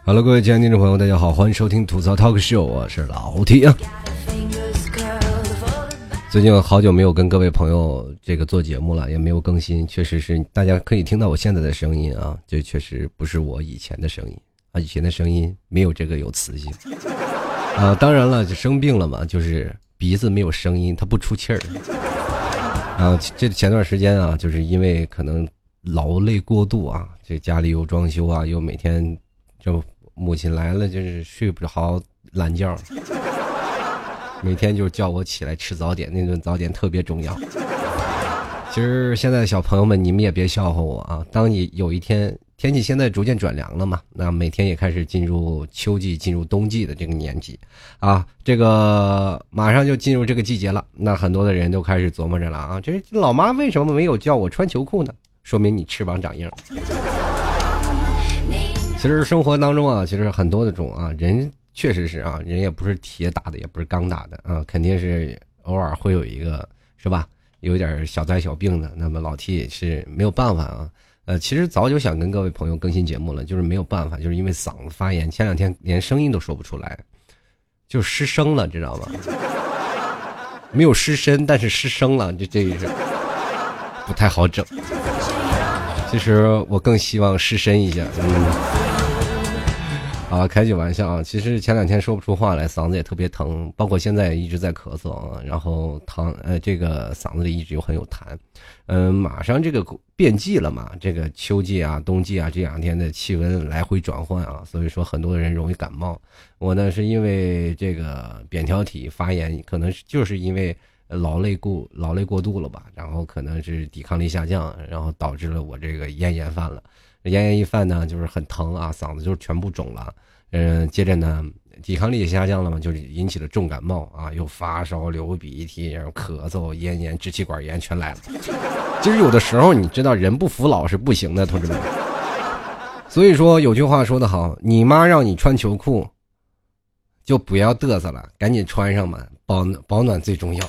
Hello， 各位亲爱的听众朋友，大家好，欢迎收听吐槽 Talk Show， 我是老 T 啊。最近好久没有跟各位朋友做节目了，也没有更新，确实是大家可以听到我现在的声音啊，这确实不是我以前的声音啊，以前的声音没有有磁性啊。当然了，就生病了嘛，就是鼻子没有声音，它不出气儿啊。这前段时间啊，就是因为可能劳累过度啊，这家里有装修啊，又每天就母亲来了就是睡不好懒觉，每天就叫我起来吃早点，那顿早点特别重要。其实现在的小朋友们，你们也别笑话我啊！当你有一天天气现在逐渐转凉了嘛，那每天也开始进入秋季、进入冬季的这个年纪啊，这个马上就进入这个季节了。那很多的人都开始琢磨着了啊，这老妈为什么没有叫我穿秋裤呢？说明你翅膀长硬。其实生活当中啊，其实很多的种啊，人确实是啊，人也不是铁打的，也不是钢打的啊，肯定是偶尔会有一个是吧，有一点小灾小病的。那么老 T 也是没有办法啊。其实早就想跟各位朋友更新节目了，就是没有办法，就是因为嗓子发炎，前两天连声音都说不出来，就失声了，知道吗？没有失声，但是失声了，这是不太好整。其实我更希望失声一下，啊，开句玩笑啊！其实前两天说不出话来，嗓子也特别疼，包括现在也一直在咳嗽啊，然后这个嗓子里一直有很有痰，马上这个变季了嘛，这个秋季啊、冬季啊这两天的气温来回转换啊，所以说很多人容易感冒。我呢是因为这个扁桃体发炎，可能就是因为劳累过度了吧，然后可能是抵抗力下降，然后导致了我这个咽炎犯了。咽炎一犯呢，就是很疼啊，嗓子就全部肿了。接着呢，抵抗力也下降了嘛，就是引起了重感冒啊，又发烧、流鼻涕，然后咳嗽、咽炎、支气管炎全来了。其实有的时候你知道，人不服老是不行的，同志们。所以说有句话说得好，你妈让你穿秋裤，就不要嘚瑟了，赶紧穿上吧，保暖最重要。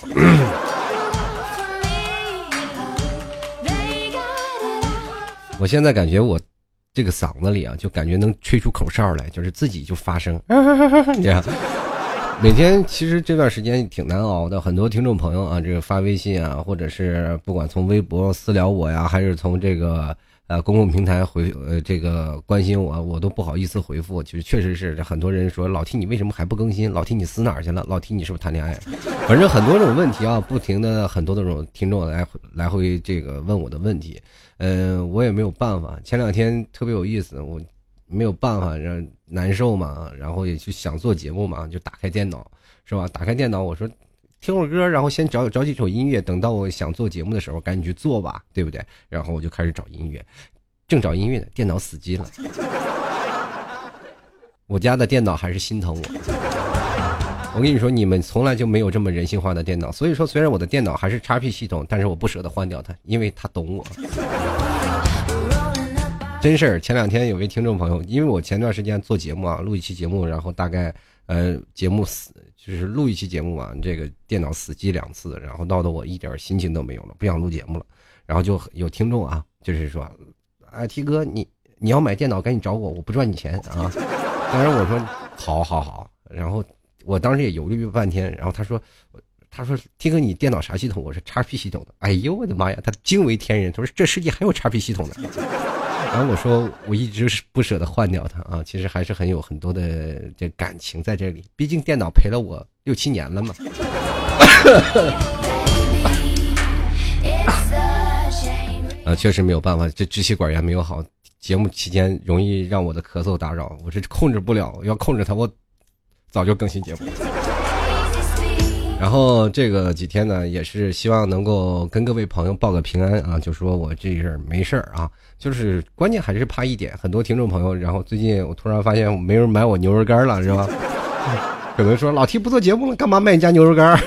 我现在感觉我这个嗓子里啊，就感觉能吹出口哨来，就是自己就发声。这样，每天其实这段时间挺难熬的，很多听众朋友啊，这个发微信啊，或者是不管从微博私聊我呀，还是从这个公共平台这个关心我，我都不好意思回复。其实确实是很多人说老 T 你为什么还不更新？老 T 你死哪儿去了？老 T 你是不是谈恋爱？反正很多种问题啊，不停的很多的这种听众来回这个问我的问题。我也没有办法。前两天特别有意思，我没有办法，让难受嘛，然后也去想做节目嘛，就打开电脑，是吧？打开电脑，我说听会儿歌，然后先找几首音乐，等到我想做节目的时候，赶紧去做吧，对不对？然后我就开始找音乐，正找音乐呢，电脑死机了。我家的电脑还是心疼我。我跟你说，你们从来就没有这么人性化的电脑。所以说，虽然我的电脑还是 XP 系统，但是我不舍得换掉它，因为它懂我。真事儿，前两天有位听众朋友，因为我前段时间做节目啊，录一期节目，然后大概节目就是录一期节目嘛，这个电脑死机2次，然后闹得我一点心情都没有了，不想录节目了。然后就有听众啊，就是说，T 哥，你要买电脑赶紧找我，我不赚你钱啊。当然我说好，然后我当时也犹豫了半天，然后他说 T 哥你电脑啥系统？我是 XP 系统的。哎呦我的妈呀，他惊为天人，他说这世界还有 XP 系统的。然后我说我一直是不舍得换掉它啊，其实还是有很多的这感情在这里，毕竟电脑陪了我6、7年了嘛。确实没有办法，这支气管炎没有好，节目期间容易让我的咳嗽打扰，我是控制不了，要控制它我早就更新节目。然后这个几天呢，也是希望能够跟各位朋友报个平安啊，就说我这事没事儿啊，就是关键还是怕一点，很多听众朋友，然后最近我突然发现没人买我牛肉干了，是吧？可能说老 T 不做节目了，干嘛卖你家牛肉干？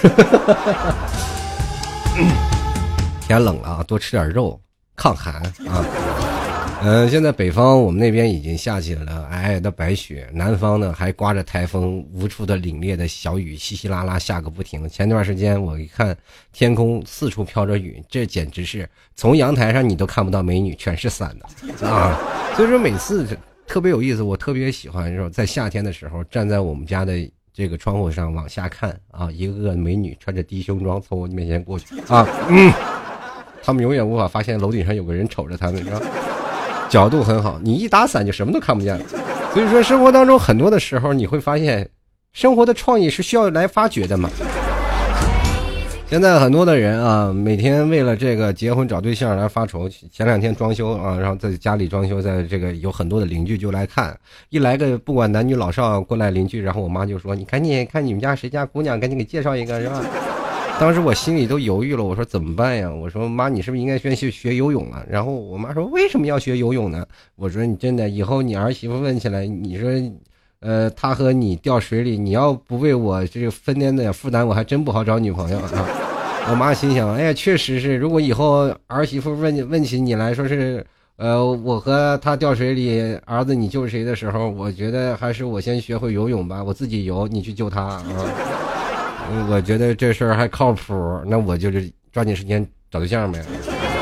天冷了啊，多吃点肉，抗寒啊。现在北方我们那边已经下起了皑皑的白雪，南方呢还刮着台风，无处的凛冽的小雨稀稀拉拉下个不停。前段时间我一看天空四处飘着雨，这简直是从阳台上你都看不到美女，全是伞的啊。所以说每次特别有意思，我特别喜欢说在夏天的时候站在我们家的这个窗户上往下看啊，一个个美女穿着低胸装从我面前过去啊，他们永远无法发现楼顶上有个人瞅着他们，是吧？角度很好，你一打伞就什么都看不见了。所以说生活当中很多的时候你会发现生活的创意是需要来发掘的嘛。现在很多的人啊，每天为了这个结婚找对象来发愁。前2天装修啊，然后在家里装修，在这个有很多的邻居就来看，一来个不管男女老少过来邻居，然后我妈就说：“你赶紧看你们家谁家姑娘，赶紧给介绍一个，是吧？”当时我心里都犹豫了，我说怎么办呀？我说妈，你是不是应该先去学游泳了？然后我妈说为什么要学游泳呢？我说你真的以后你儿媳妇问起来，你说。他和你掉水里，你要不为我这个分担的负担，我还真不好找女朋友啊。我妈心想，哎呀，确实是，如果以后儿媳妇问起你来说是，我和他掉水里，儿子你救谁的时候，我觉得还是我先学会游泳吧，我自己游，你去救他啊。我觉得这事儿还靠谱，那我就是抓紧时间找对象呗。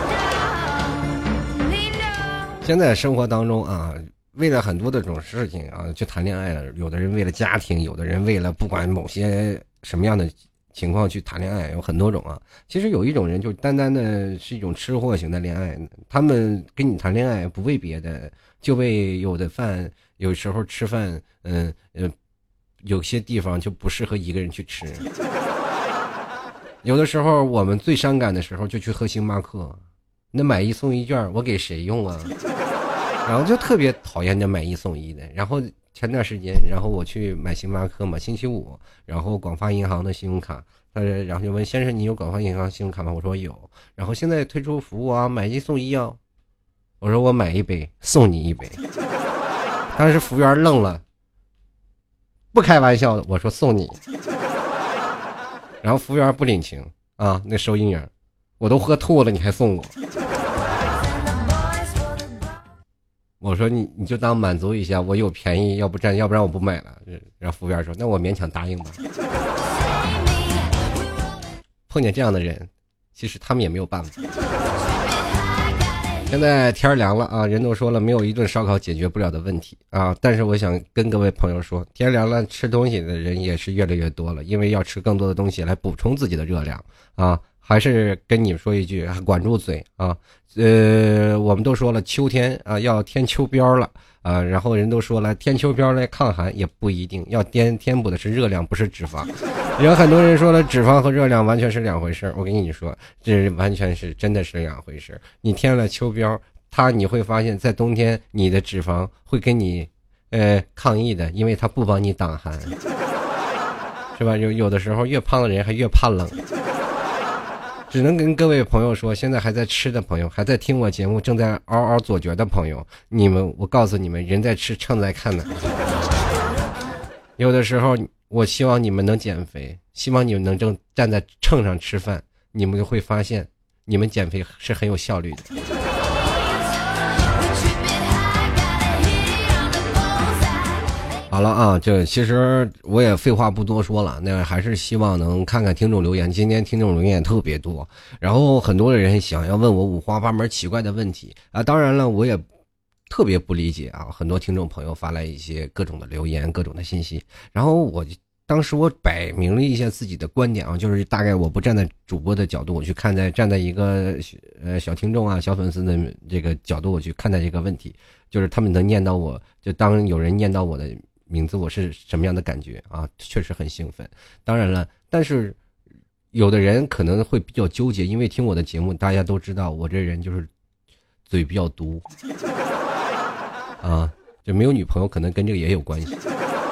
现在生活当中啊。为了很多的这种事情啊，去谈恋爱了。有的人为了家庭，有的人为了不管某些什么样的情况去谈恋爱，有很多种啊。其实有一种人就单单的是一种吃货型的恋爱，他们跟你谈恋爱不为别的，就为有的饭，有时候吃饭，有些地方就不适合一个人去吃。有的时候我们最伤感的时候就去喝星巴克，那买1送1券，我给谁用啊？然后就特别讨厌这买1送1的。然后前段时间，然后我去买星巴克嘛，星期五，然后广发银行的信用卡，然后就问先生你有广发银行信用卡吗？我说有。然后现在推出服务啊，买1送1啊。我说我买1杯送你1杯。当时服务员愣了，不开玩笑的，我说送你。然后服务员不领情啊，那收银员，我都喝吐了你还送我。我说你就当满足一下，我有便宜，要不然我不买了。然后服务员说那我勉强答应吧。碰见这样的人，其实他们也没有办法。现在天凉了啊，人都说了没有一顿烧烤解决不了的问题啊。但是我想跟各位朋友说，天凉了吃东西的人也是越来越多了，因为要吃更多的东西来补充自己的热量啊。还是跟你们说一句，管住嘴啊！我们都说了，秋天啊要添秋膘了啊，然后人都说了，添秋膘来抗寒也不一定，要填补的是热量，不是脂肪。有很多人说了，脂肪和热量完全是两回事，我跟你说，这完全是真的是两回事。你添了秋膘，你会发现在冬天你的脂肪会跟你抗议的，因为它不帮你挡寒，是吧？有的时候越胖的人还越怕冷。只能跟各位朋友说，现在还在吃的朋友，还在听我节目，正在嗷嗷左觉的朋友，我告诉你们，人在吃，秤在看呢。有的时候，我希望你们能减肥，希望你们能站在秤上吃饭，你们就会发现，你们减肥是很有效率的。好了啊，这其实我也废话不多说了，那还是希望能看看听众留言。今天听众留言也特别多，然后很多的人想要问我五花八门奇怪的问题啊。当然了，我也特别不理解啊，很多听众朋友发来一些各种的留言、各种的信息，然后当时我摆明了一下自己的观点啊，就是大概我不站在主播的角度，我去站在一个小听众啊、小粉丝的这个角度，我去看待这个问题，就是他们能念到我，就当有人念到我的名字，我是什么样的感觉啊？确实很兴奋。当然了，但是有的人可能会比较纠结，因为听我的节目，大家都知道我这人就是嘴比较毒啊，就没有女朋友，可能跟这个也有关系，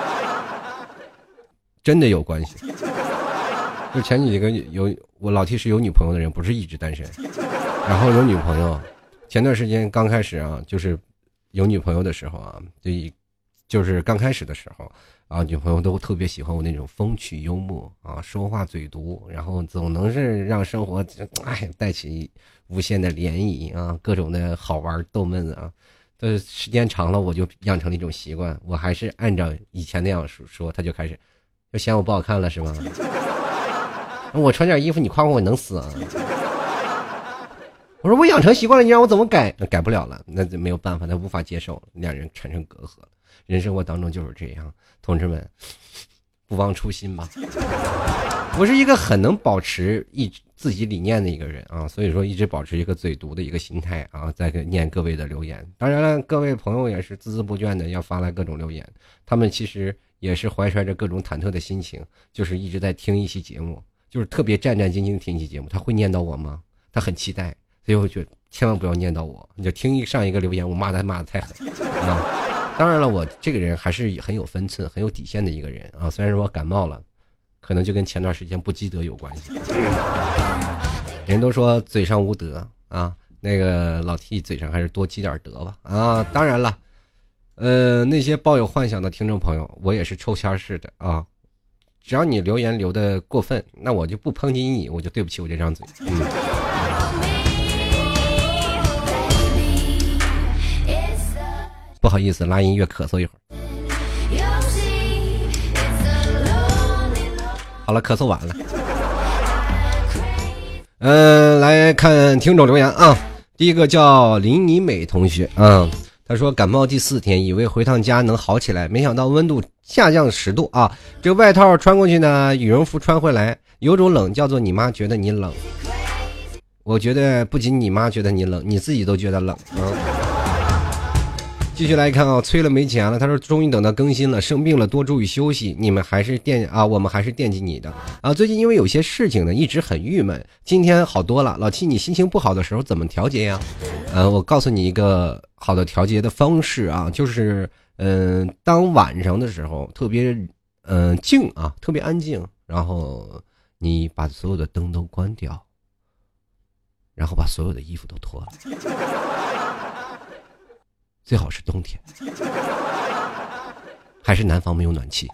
真的有关系。就前几个我老 T 是有女朋友的人，不是一直单身，然后有女朋友。前段时间刚开始啊，就是有女朋友的时候啊，就是刚开始的时候啊，女朋友都特别喜欢我那种风趣幽默啊，说话嘴毒，然后总能是让生活带起无限的涟漪啊，各种的好玩逗闷啊。这时间长了，我就养成了一种习惯，我还是按照以前那样说，他就开始就嫌我不好看了是吗？我穿点衣服你夸夸我能死啊？ 我说我养成习惯了，你让我怎么改？那改不了了，那没有办法，他无法接受，两人产生隔阂了。人生活当中就是这样，同志们，不忘初心吧。我是一个很能保持自己理念的一个人啊，所以说一直保持一个嘴毒的一个心态啊，在念各位的留言。当然了，各位朋友也是孜孜不倦的要发来各种留言，他们其实也是怀揣着各种忐忑的心情，就是一直在听一期节目，就是特别战战兢兢听一期节目。他会念叨我吗？他很期待，所以我觉得千万不要念叨我，你就听上一个留言，我骂他太狠啊。当然了，我这个人还是很有分寸、很有底线的一个人啊。虽然说我感冒了，可能就跟前段时间不积德有关系。人都说嘴上无德啊，那个老 T 嘴上还是多积点德吧啊。当然了，那些抱有幻想的听众朋友，我也是抽签式的啊。只要你留言留的过分，那我就不抨击你，我就对不起我这张嘴。不好意思，拉音乐咳嗽一会儿。好了，咳嗽完了。来看听众留言啊。第一个叫林妮美同学啊，他说感冒第4天，以为回趟家能好起来，没想到温度下降10度啊。这个外套穿过去呢，羽绒服穿回来，有种冷叫做你妈觉得你冷。我觉得不仅你妈觉得你冷，你自己都觉得冷啊。继续来看啊，催了没钱了。他说终于等到更新了，生病了多注意休息。你们还是我们还是惦记你的啊。最近因为有些事情呢，一直很郁闷，今天好多了。老七，你心情不好的时候怎么调节呀？我告诉你一个好的调节的方式啊，就是当晚上的时候特别静啊，特别安静，然后你把所有的灯都关掉，然后把所有的衣服都脱了。最好是冬天，还是南方没有暖气，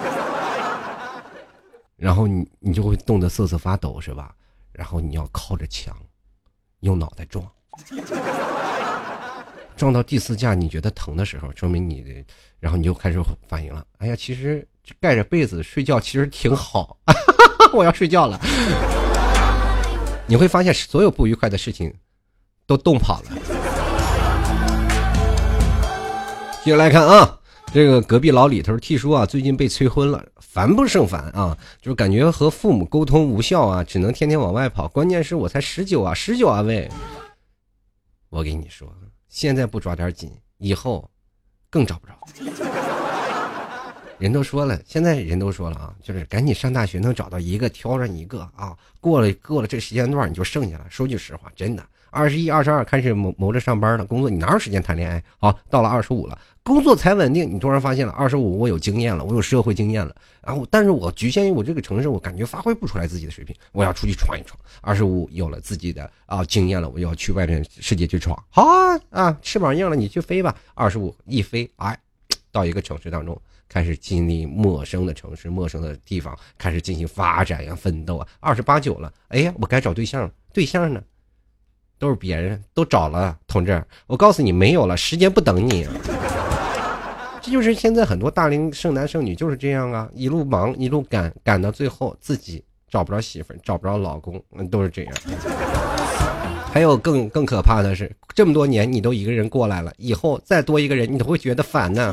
然后你就会冻得瑟瑟发抖，是吧？然后你要靠着墙，用脑袋撞，撞到第4架你觉得疼的时候，说明你的，然后你就开始反应了。哎呀，其实盖着被子睡觉其实挺好，我要睡觉了。你会发现所有不愉快的事情都冻跑了。接着来看啊，这个隔壁老李头 T 叔啊，最近被催婚了，烦不胜烦啊，就是感觉和父母沟通无效啊，只能天天往外跑。关键是我才19啊喂！我跟你说，现在不抓点紧，以后更找不着。人都说了，现在人都说了啊，就是赶紧上大学，能找到一个挑上一个啊，过了这时间段你就剩下了。说句实话，真的，21、22开始谋着上班了，工作你哪有时间谈恋爱？好，到了25了，工作才稳定，你突然发现了25我有经验了，我有社会经验了，然后但是我局限于我这个城市，我感觉发挥不出来自己的水平，我要出去闯一闯。25有了自己的经验了，我要去外面世界去闯。好啊，翅膀硬了你去飞吧。25一飞，到一个城市当中，开始经历陌生的城市、陌生的地方，开始进行发展呀、奋斗啊。28、9了，哎呀，我该找对象了，对象呢？都是别人都找了，同志，我告诉你没有了，时间不等你。这就是现在很多大龄剩男剩女就是这样啊，一路忙一路赶到最后自己找不着媳妇儿，找不着老公，都是这样。还有更可怕的是，这么多年你都一个人过来了，以后再多一个人你都会觉得烦呢。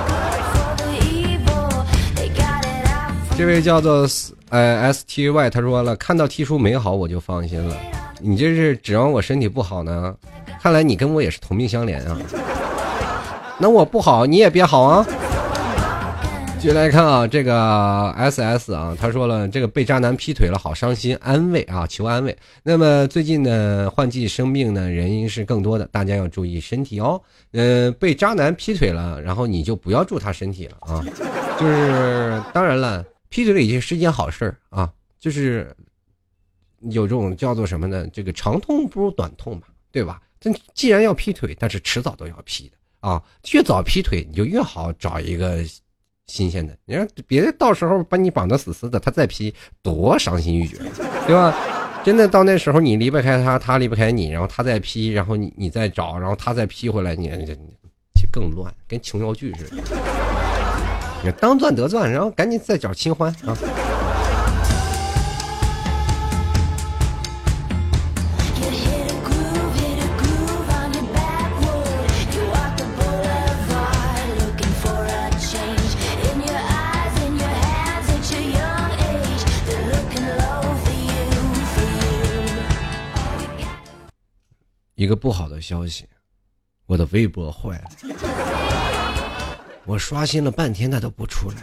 这位叫做STY 他说了，看到 T 叔美好我就放心了。你这是指望我身体不好呢？看来你跟我也是同病相怜啊。那我不好你也别好啊。继续来看啊，这个 SS 啊，他说了，这个被渣男劈腿了好伤心，安慰啊，求安慰。那么最近呢换季生病呢原因是更多的，大家要注意身体哦。被渣男劈腿了，然后你就不要祝他身体了啊。就是当然了，劈腿了已经是件好事啊，就是有这种叫做什么呢？这个长痛不如短痛嘛，对吧？但既然要劈腿，但是迟早都要劈的啊，越早劈腿你就越好找一个新鲜的，你让别到时候把你绑得死死的，他再劈多伤心欲绝，对吧？真的到那时候你离不开他，他离不开你，然后他再劈，然后你再找，然后他再劈回来，你更乱，跟琼瑶剧似的。你当钻得钻，然后赶紧再找新欢啊！ 一个不好的消息，我的微博坏了，我刷新了半天它都不出来。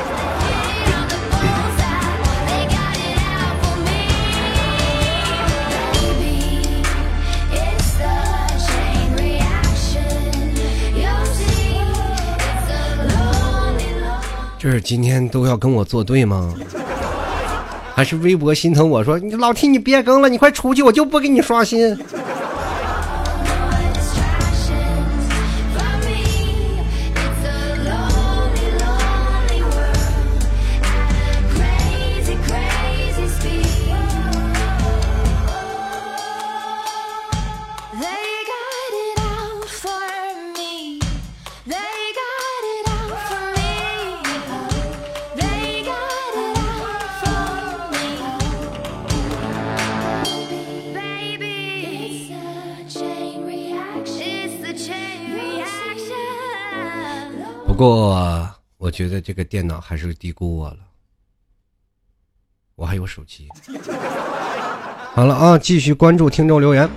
这是今天都要跟我作对吗？还是微博心疼我说你老 T 你别更了，你快出去，我就不给你刷新。不过我觉得这个电脑还是低估我了，我还有手机。好了啊，继续关注听众留言。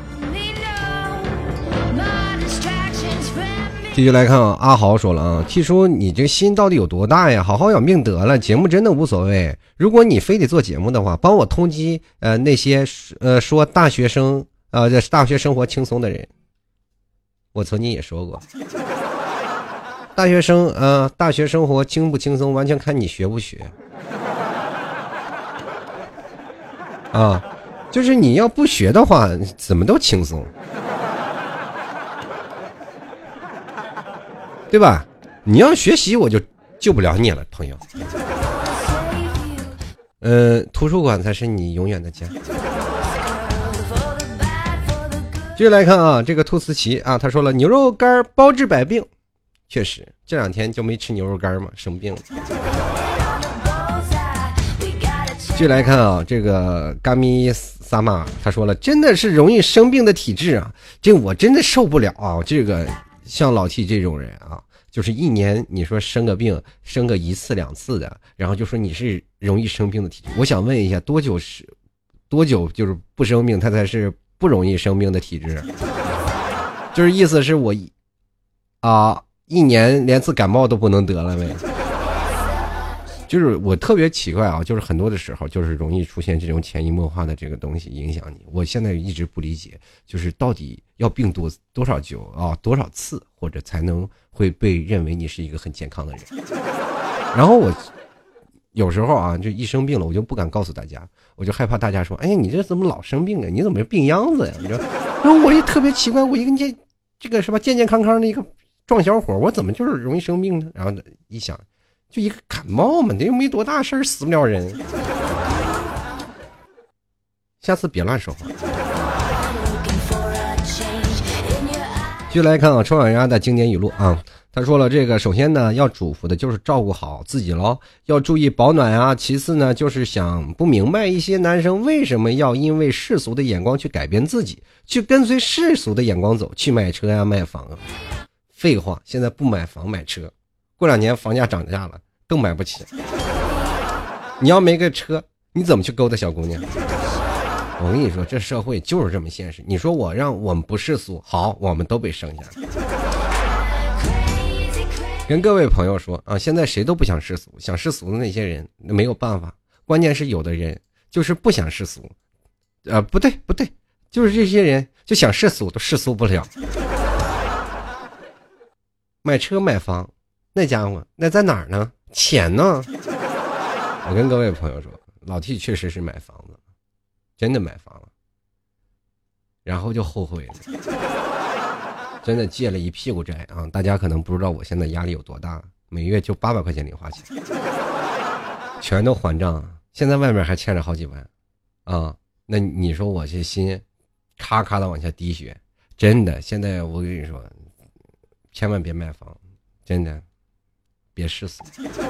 继续来看啊，阿豪说了啊 ，T 叔你这心到底有多大呀？好好养病得了，节目真的无所谓。如果你非得做节目的话，帮我通缉那些说大学生大学生活轻松的人。我曾经也说过。大学生活轻不轻松，完全看你学不学啊！就是你要不学的话，怎么都轻松，对吧？你要学习，我就救不了你了，朋友。图书馆才是你永远的家。继续来看啊，这个兔思琪啊，他说了牛肉干包治百病。确实这两天就没吃牛肉干嘛，生病了。继续来看啊，这个嘎咪萨玛他说了，真的是容易生病的体质啊，这我真的受不了啊。这个像老 T 这种人啊，就是一年你说生个病生个1次2次的，然后就说你是容易生病的体质。我想问一下，多久就是不生病他才是不容易生病的体质？就是意思是我一年连次感冒都不能得了呗。就是我特别奇怪啊，就是很多的时候就是容易出现这种潜移默化的这个东西影响你。我现在一直不理解，就是到底要病多少久啊，多少次或者才能会被认为你是一个很健康的人。然后我有时候啊，就一生病了，我就不敢告诉大家，我就害怕大家说，哎，你这怎么老生病啊？你怎么病秧子呀？你知道？然后我也特别奇怪，我一个这个什么健健康康的一个壮小伙，我怎么就是容易生病呢？然后一想，就一个感冒嘛，这又没多大事儿，死不了人。下次别乱说话。继续来看啊，春晚鸭的经典语录啊，他说了，这个首先呢，要嘱咐的就是照顾好自己咯，要注意保暖啊。其次呢，就是想不明白一些男生为什么要因为世俗的眼光去改变自己，去跟随世俗的眼光走，去买车呀、卖房啊。废话，现在不买房买车，过2年房价涨价了，更买不起。你要没个车，你怎么去勾搭小姑娘？我跟你说，这社会就是这么现实。你说我们不世俗，好，我们都被剩下了。跟各位朋友说啊，现在谁都不想世俗，想世俗的那些人没有办法。关键是有的人就是不想世俗，不对，就是这些人就想世俗都世俗不了。买车买房，那家伙那在哪儿呢？钱呢？我跟各位朋友说，老 T 确实是买房子，真的买房了，然后就后悔了，真的借了一屁股债啊！大家可能不知道我现在压力有多大，每月就800块钱零花钱，全都还账，现在外面还欠着好几万啊！那你说我这心咔咔的往下滴血，真的，现在我跟你说。千万别卖房，真的，别世俗。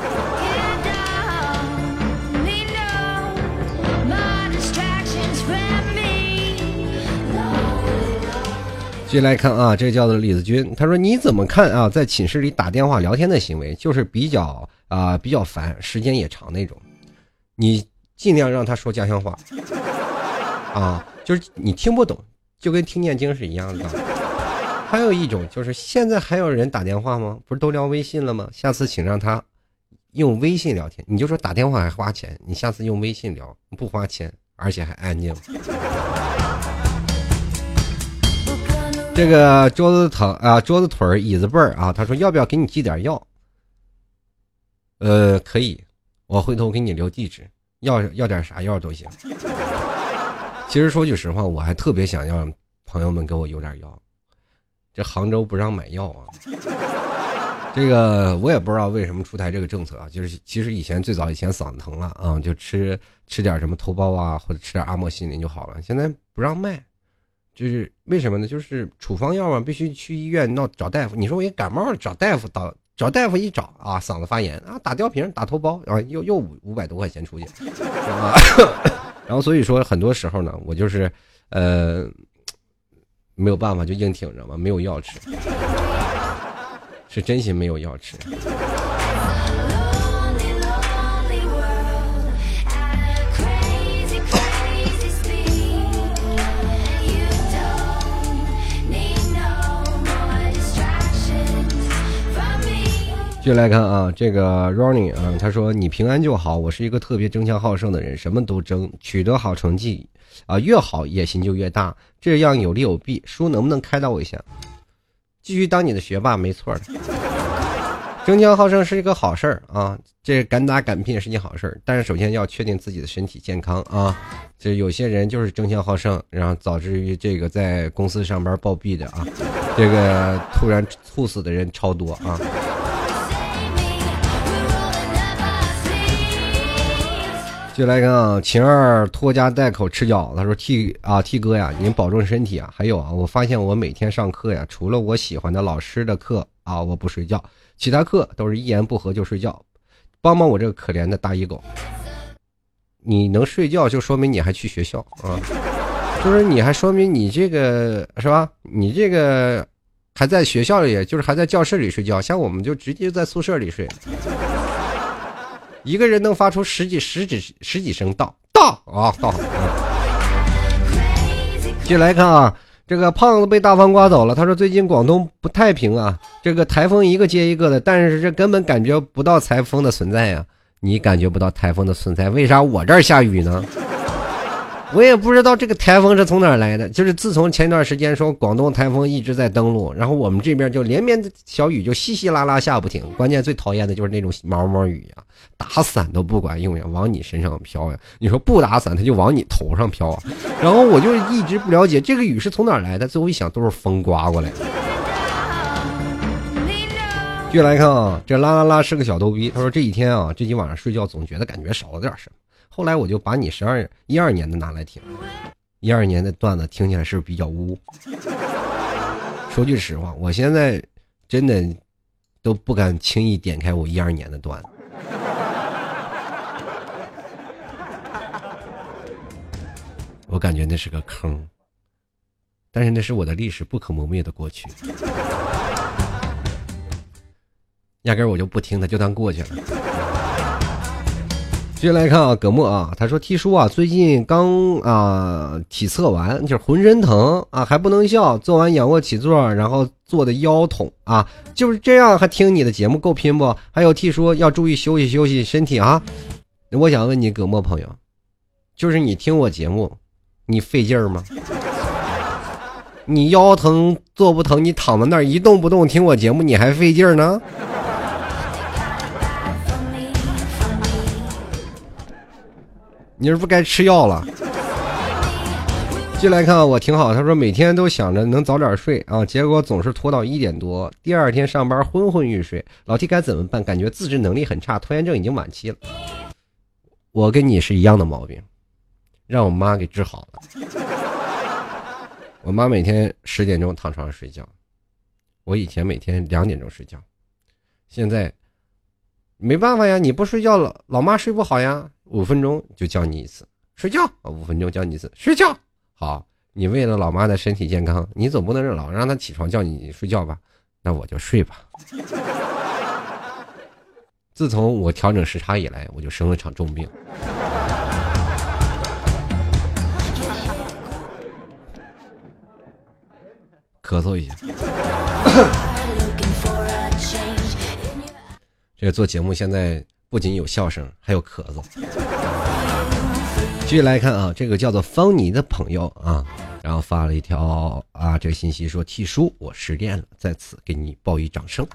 继续来看啊，这叫做李子君，他说你怎么看啊？在寝室里打电话聊天的行为，就是比较烦，时间也长那种。你尽量让他说家乡话啊，就是你听不懂， 就跟听念经是一样的。还有一种就是现在还有人打电话吗？不是都聊微信了吗？下次请让他用微信聊天，你就说打电话还花钱，你下次用微信聊，不花钱，而且还安静。这个桌子疼啊，桌子腿椅子背儿啊，他说要不要给你寄点药？可以，我回头给你留地址，要点啥药都行。其实说句实话，我还特别想让朋友们给我邮点药，这杭州不让买药啊。这个我也不知道为什么出台这个政策啊，就是其实最早以前嗓子疼了啊，就吃点什么头孢啊，或者吃点阿莫西林就好了。现在不让卖，就是为什么呢？就是处方药嘛，必须去医院找大夫。你说我一感冒找大夫找大夫一找啊，嗓子发炎啊，打吊瓶打头孢啊，又500多块钱出去啊。然后所以说很多时候呢，我就是没有办法就硬挺着嘛，没有药吃。是真心没有药吃。继续来看啊，这个 Ronnie 啊，他说你平安就好，我是一个特别争强好胜的人，什么都争，取得好成绩啊，越好野心就越大，这样有利有弊，书能不能开导我一下？继续当你的学霸没错的，争强好胜是一个好事儿啊，这敢打敢拼是件好事儿，但是首先要确定自己的身体健康啊。这有些人就是争强好胜，然后导致于这个在公司上班暴毙的啊，这个突然猝死的人超多啊。就来看啊，秦二拖家带口吃饺子，他说 T 哥呀，您保重身体啊。还有啊，我发现我每天上课呀，除了我喜欢的老师的课啊，我不睡觉，其他课都是一言不合就睡觉。帮帮我这个可怜的大衣狗，你能睡觉就说明你还去学校啊，就是你还说明你这个是吧？你这个还在学校里，就是还在教室里睡觉，像我们就直接在宿舍里睡。一个人能发出十几声到啊到。继续来看啊，这个胖子被大风刮走了。他说最近广东不太平啊，这个台风一个接一个的，但是这根本感觉不到台风的存在呀。你感觉不到台风的存在，为啥我这儿下雨呢？我也不知道这个台风是从哪儿来的，就是自从前段时间说广东台风一直在登陆，然后我们这边就连绵的小雨就稀稀拉拉下不停，关键最讨厌的就是那种毛雨呀，打伞都不管用呀，往你身上飘呀，你说不打伞它就往你头上飘啊，然后我就一直不了解这个雨是从哪儿来的，最后一想都是风刮过来的。继续来看啊，这啦是个小逗逼，他说这几天啊，这几晚上睡觉总觉得感觉少了点什么。后来我就把你12年的拿来听，12年的段子听起来是不是比较污？说句实话，我现在真的都不敢轻易点开我12年的段子。我感觉那是个坑，但是那是我的历史不可磨灭的过去，压根儿我就不听它，就当过去了。继续来看啊，葛墨啊，他说 T 叔啊，最近刚体测完，就是浑身疼啊，还不能笑，做完仰卧起坐，然后做的腰痛啊，就是这样还听你的节目够拼不？还有 T 叔要注意休息身体啊。我想问你葛墨朋友，就是你听我节目，你费劲儿吗？你腰疼坐不疼，你躺在那儿一动不动听我节目，你还费劲儿呢？你是不是该吃药了？进来看我挺好，他说每天都想着能早点睡啊，结果总是拖到1点多，第二天上班昏昏欲睡。老 T 该怎么办？感觉自制能力很差，拖延症已经晚期了。我跟你是一样的毛病，让我妈给治好了。我妈每天10点钟躺床上睡觉，我以前每天2点钟睡觉，现在没办法呀，你不睡觉了，老妈睡不好呀。5分钟就叫你一次睡觉，5分钟叫你一次睡觉。好，你为了老妈的身体健康，你总不能老让她起床叫你睡觉吧？那我就睡吧。自从我调整时差以来，我就生了场重病。 咳嗽一下。这个做节目现在不仅有笑声，还有咳嗽。继续来看啊，这个叫做方妮的朋友啊，然后发了一条这个信息说：“T叔，我失恋了，在此给你报以掌声，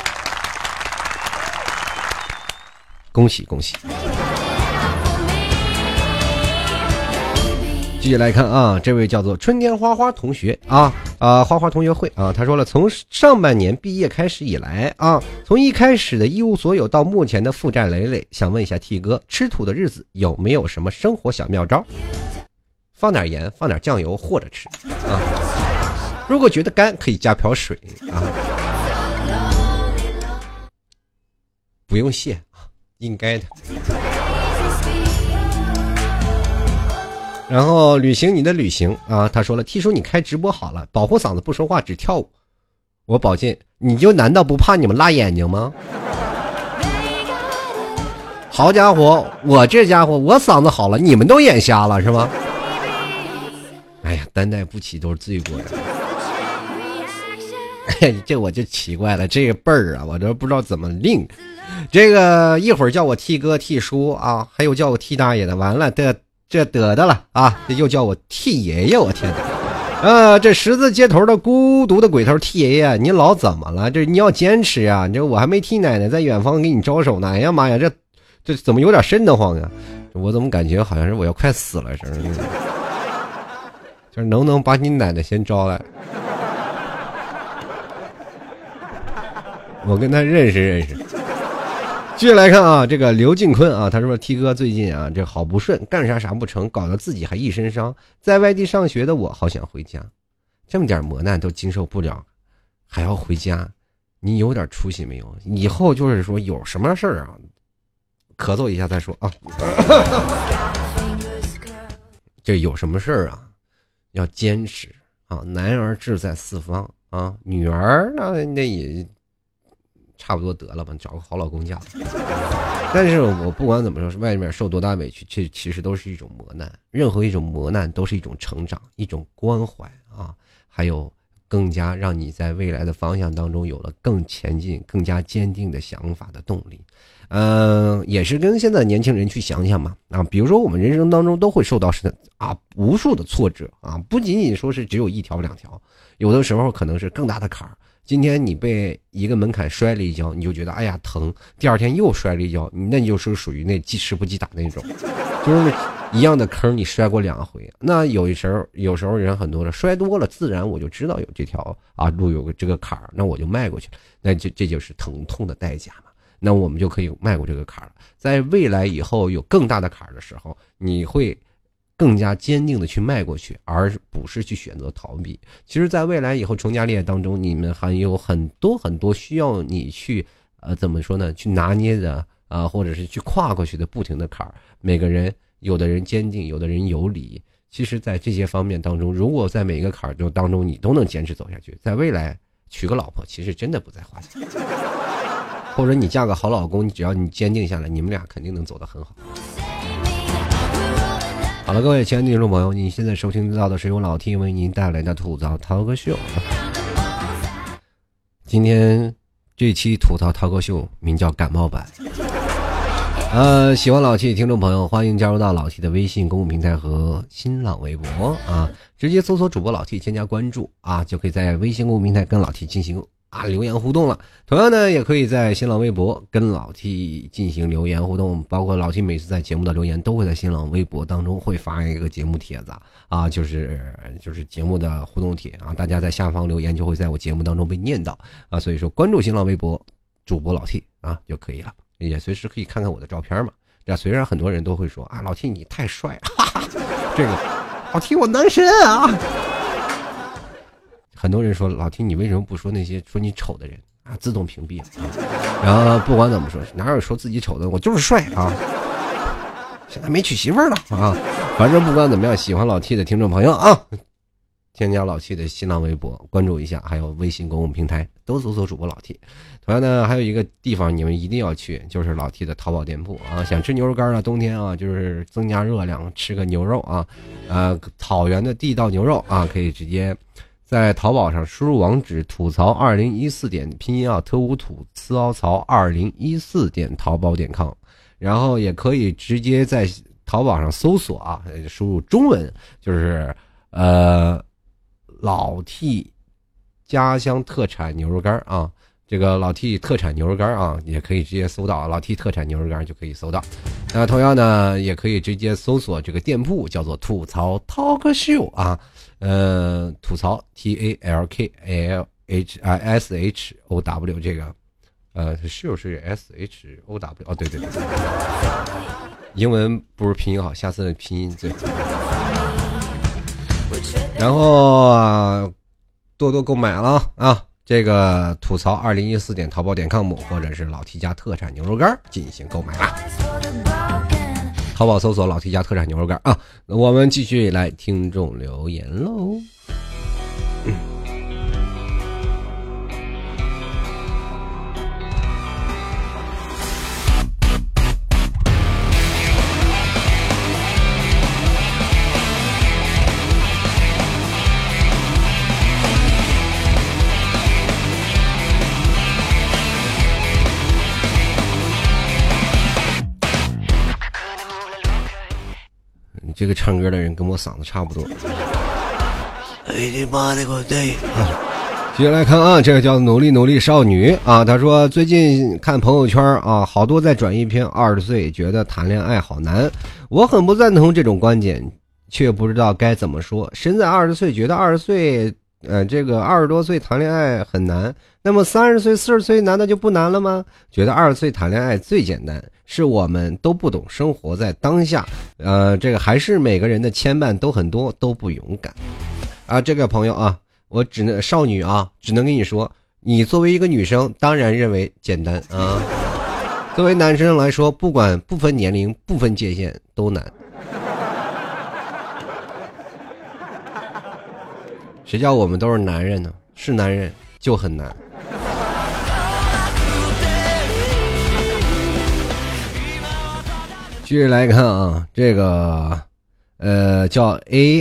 恭喜恭喜！”继续来看啊，这位叫做春天花花同学花花同学会啊，他说了，从上半年毕业开始以来啊，从一开始的一无所有到目前的负债累累，想问一下 T 哥，吃土的日子有没有什么生活小妙招？放点盐，放点酱油和着吃啊。如果觉得干，可以加瓢水啊。不用谢啊，应该的。然后旅行你的旅行啊，他说了 T 叔你开直播好了，保护嗓子不说话只跳舞，我保证你就难道不怕你们辣眼睛吗？好家伙，我这家伙我嗓子好了，你们都眼瞎了是吗？哎呀，担待不起都是罪过的。这我就奇怪了，这个辈儿啊，我都不知道怎么令。这个一会儿叫我 T 哥 T 叔啊，还有叫我 T 大爷的，完了这得的了啊！这又叫我 T 爷爷，我天哪！这十字街头的孤独的鬼头 T 爷爷，你老怎么了？这你要坚持啊！这我还没 T 奶奶在远方给你招手呢。哎呀妈呀，这怎么有点瘆得慌啊？我怎么感觉好像是我要快死了似的？就是能不能把你奶奶先招来？我跟他认识认识。继续来看啊，这个刘敬坤啊，他说 T 哥最近啊这好不顺，干啥不成，搞得自己还一身伤，在外地上学的我好想回家，这么点磨难都经受不了，还要回家，你有点出息没有？以后就是说有什么事儿啊，咳嗽一下再说啊。这有什么事儿啊，要坚持啊，男儿志在四方啊，女儿那也差不多得了吧，找个好老公嫁。但是我不管怎么说，外面受多大委屈，这其实都是一种磨难，任何一种磨难都是一种成长，一种关怀啊，还有更加让你在未来的方向当中有了更前进、更加坚定的想法的动力。也是跟现在年轻人去想想嘛啊，比如说我们人生当中都会受到无数的挫折啊，不仅仅说是只有一条两条，有的时候可能是更大的坎儿。今天你被一个门槛摔了一跤，你就觉得哎呀疼，第二天又摔了一跤，那你就是属于那记吃不记打那种，就是一样的坑你摔过2回。那有时候人很多了，摔多了自然我就知道有这条路有个这个坎儿，那我就迈过去了，那这就是疼痛的代价嘛。那我们就可以迈过这个坎儿了。在未来以后有更大的坎儿的时候，你会更加坚定的去迈过去，而不是去选择逃避。其实在未来以后成家立业当中，你们还有很多需要你去怎么说呢，去拿捏的或者是去跨过去的不停的坎儿。每个人有的人坚定，有的人有理。其实在这些方面当中，如果在每一个坎儿当中你都能坚持走下去，在未来娶个老婆其实真的不再花钱，或者你嫁个好老公，只要你坚定下来，你们俩肯定能走得很好。好了，各位亲爱的听众朋友，你现在收听到的是由老 T 为您带来的吐槽涛哥秀。今天这期吐槽涛哥秀名叫感冒版。喜欢老 T 的听众朋友，欢迎加入到老 T 的微信公共平台和新浪微博直接搜索主播老 T 添加关注就可以在微信公共平台跟老 T 进行留言互动了。同样呢，也可以在新浪微博跟老 T 进行留言互动，包括老 T 每次在节目的留言都会在新浪微博当中会发一个节目帖子就是节目的互动帖大家在下方留言就会在我节目当中被念到所以说关注新浪微博主播老 T 就可以了，也随时可以看看我的照片嘛。虽然很多人都会说老 T 你太帅了，这个老 T 我男神很多人说老 T 你为什么不说那些说你丑的人自动屏蔽然后不管怎么说，哪有说自己丑的，我就是帅现在没娶媳妇儿了反正不管怎么样，喜欢老 T 的听众朋友添加老 T 的新浪微博关注一下，还有微信公共平台都搜索主播老 T。 同样呢，还有一个地方你们一定要去，就是老 T 的淘宝店铺想吃牛肉干冬天就是增加热量，吃个牛肉草原的地道牛肉可以直接在淘宝上输入网址吐槽2014点拼音啊，特务吐槽2014点淘宝点 com， 然后也可以直接在淘宝上搜索啊，输入中文就是老 T 家乡特产牛肉干啊，这个老 T 特产牛肉干啊，也可以直接搜到老 T 特产牛肉干就可以搜到。那同样呢，也可以直接搜索这个店铺叫做吐槽 Talk Show 啊，吐槽 TALKSHOW 这个show 是 SHOW 哦，对，英文不是拼音好，下次的拼音对。然后多多购买了啊，这个吐槽2014点淘宝点 com 或者是老 T 家特产牛肉干进行购买啦。淘宝搜索老 T 家特产牛肉干啊。我们继续来听众留言喽。这个唱歌的人跟我嗓子差不多。接下来看啊，这个叫努力少女啊，她说最近看朋友圈啊，好多在转一篇20岁觉得谈恋爱好难，我很不赞同这种观点，却不知道该怎么说。身在20岁觉得20岁这个20多岁谈恋爱很难，那么30岁40岁难道就不难了吗？觉得20岁谈恋爱最简单，是我们都不懂生活在当下，这个还是每个人的牵绊都很多，都不勇敢啊。这个朋友啊，我少女啊，只能跟你说，你作为一个女生当然认为简单啊，作为男生来说，不分年龄不分界限都难。谁叫我们都是男人呢？是男人就很难。继续来看啊，这个叫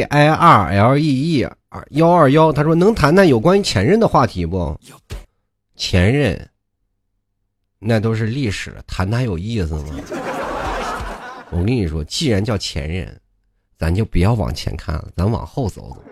AIRLEE121，他说能谈谈有关于前任的话题不？前任那都是历史，谈他有意思吗？我跟你说，既然叫前任，咱就不要往前看了，咱往后走走。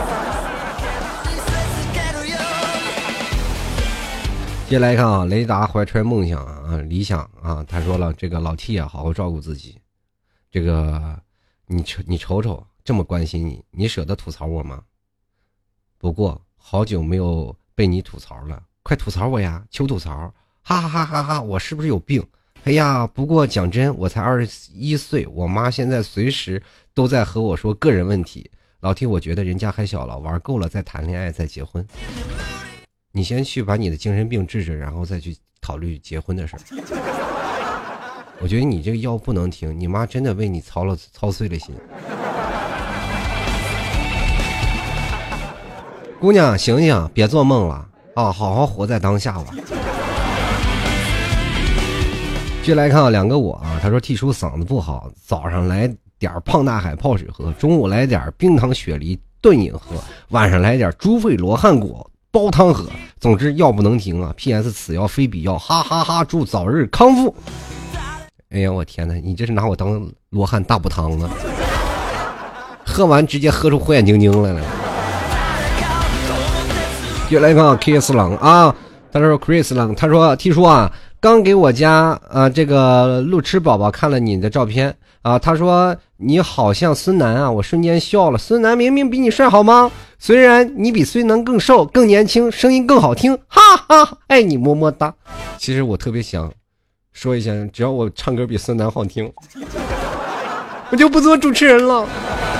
接下来看啊，雷达怀揣梦想啊，理想啊，他说了，这个老 T 啊，好好照顾自己。这个你瞅瞅，这么关心你，你舍得吐槽我吗？不过好久没有被你吐槽了，快吐槽我呀，求吐槽！哈哈哈哈哈！我是不是有病？哎呀，不过讲真，我才21岁，我妈现在随时都在和我说个人问题。老 T， 我觉得人家还小了，玩够了再谈恋爱再结婚。你先去把你的精神病治治，然后再去考虑结婚的事儿。我觉得你这个药不能停，你妈真的为你操碎了心。姑娘，醒醒，别做梦了啊，好好活在当下吧。继续来看啊，两个我啊，他说T叔嗓子不好，早上来点胖大海泡水喝，中午来点冰糖雪梨炖饮喝，晚上来点猪肺罗汉果煲汤喝，总之药不能停啊 PS 此药非彼药，哈哈哈，祝早日康复。哎呀我天哪，你这是拿我当罗汉大补汤呢，喝完直接喝出火眼金睛来了。接来看 Kiss 冷啊，他说 Chris 冷，他说 T 叔啊，刚给我家这个路痴宝宝看了你的照片啊，他说你好像孙楠啊，我瞬间笑了，孙楠明明比你帅好吗？虽然你比孙楠更瘦更年轻，声音更好听，哈哈，爱你么么哒。其实我特别想说一下，只要我唱歌比孙楠好听，我就不做主持人了。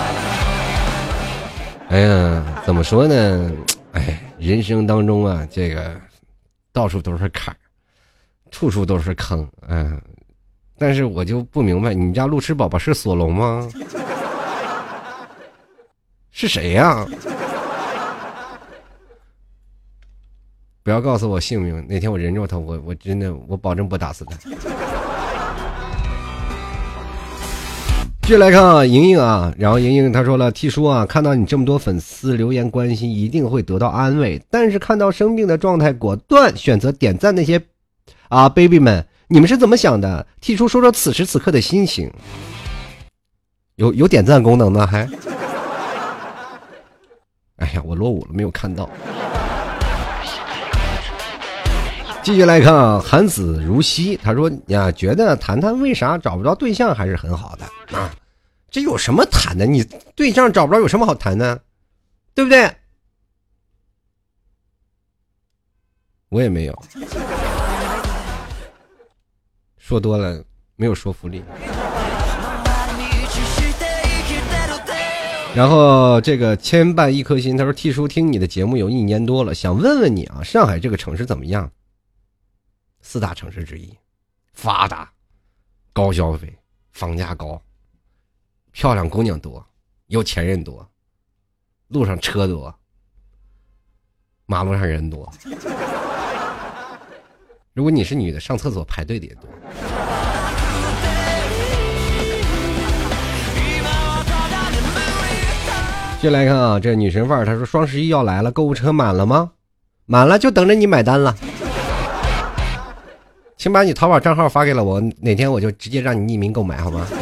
哎呀，怎么说呢？哎，人生当中啊，这个到处都是坎，处处都是坑，但是我就不明白，你家路痴宝宝是索隆吗？是谁呀？不要告诉我姓名，那天我人肉他，我真的我保证不打死他。继续来看啊，莹莹啊，然后莹莹她说了，T 叔啊，看到你这么多粉丝留言关心，一定会得到安慰，但是看到生病的状态，果断选择点赞那些啊 baby 们，你们是怎么想的？T 叔说说此时此刻的心情。有点赞功能呢还？哎呀，我落伍了，没有看到。继续来看啊，韩子如熙，他说呀，觉得谈谈为啥找不着对象还是很好的啊，这有什么谈的？你对象找不着有什么好谈的，对不对？我也没有，说多了没有说服力。然后这个牵绊一颗心，他说 T 叔听你的节目有1年多了，想问问你啊，上海这个城市怎么样？4大城市之一，发达，高消费，房价高，漂亮姑娘多，有钱人多，路上车多，马路上人多。如果你是女的，上厕所排队的也多。接来看啊，这女神范儿，她说双11要来了，购物车满了吗？满了，就等着你买单了。请把你淘宝账号发给了我，哪天我就直接让你匿名购买，好吗？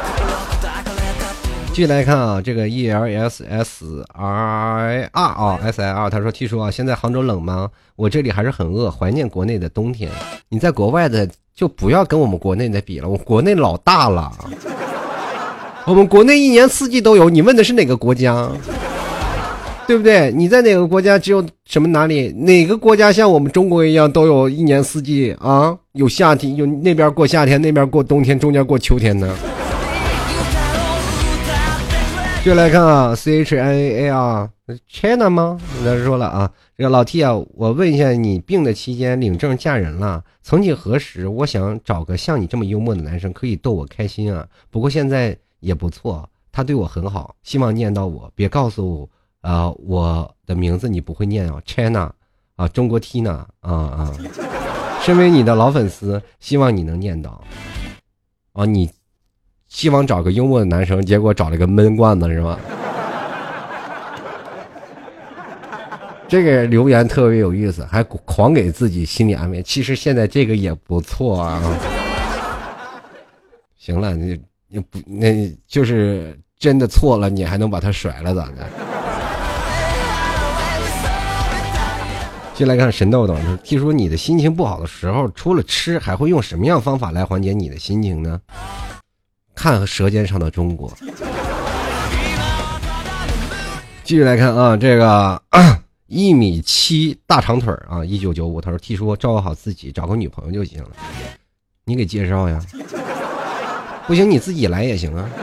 继续来看啊，这个 ELSSRIR 啊 SIR， 他说 T 叔啊，现在杭州冷吗？我这里还是很饿，怀念国内的冬天。你在国外的就不要跟我们国内的比了，我国内老大了。我们国内1年4季都有，你问的是哪个国家？对不对？你在哪个国家只有什么哪里？哪个国家像我们中国一样都有1年4季啊？有夏天，有那边过夏天，那边过冬天，中间过秋天呢？就来看啊 ，CHNA 啊 ，China 吗？他说了啊，这个老 T 啊，我问一下，你病的期间领证嫁人了？曾几何时，我想找个像你这么幽默的男生，可以逗我开心啊。不过现在也不错，他对我很好，希望念到我，别告诉我，我的名字你不会念啊 ，China 啊，中国 Tina 啊。身为你的老粉丝，希望你能念到啊，你。希望找个幽默的男生，结果找了个闷罐子是吧？这个留言特别有意思，还狂给自己心理安慰。其实现在这个也不错啊。行了，你不那就是真的错了，你还能把他甩了咋的？先来看神豆豆，听说你的心情不好的时候，除了吃，还会用什么样方法来缓解你的心情呢？看舌尖上的中国。继续来看啊，这个1.7米大长腿啊，1995，他说 T 叔照顾好自己，找个女朋友就行了。你给介绍呀？不行你自己来也行啊。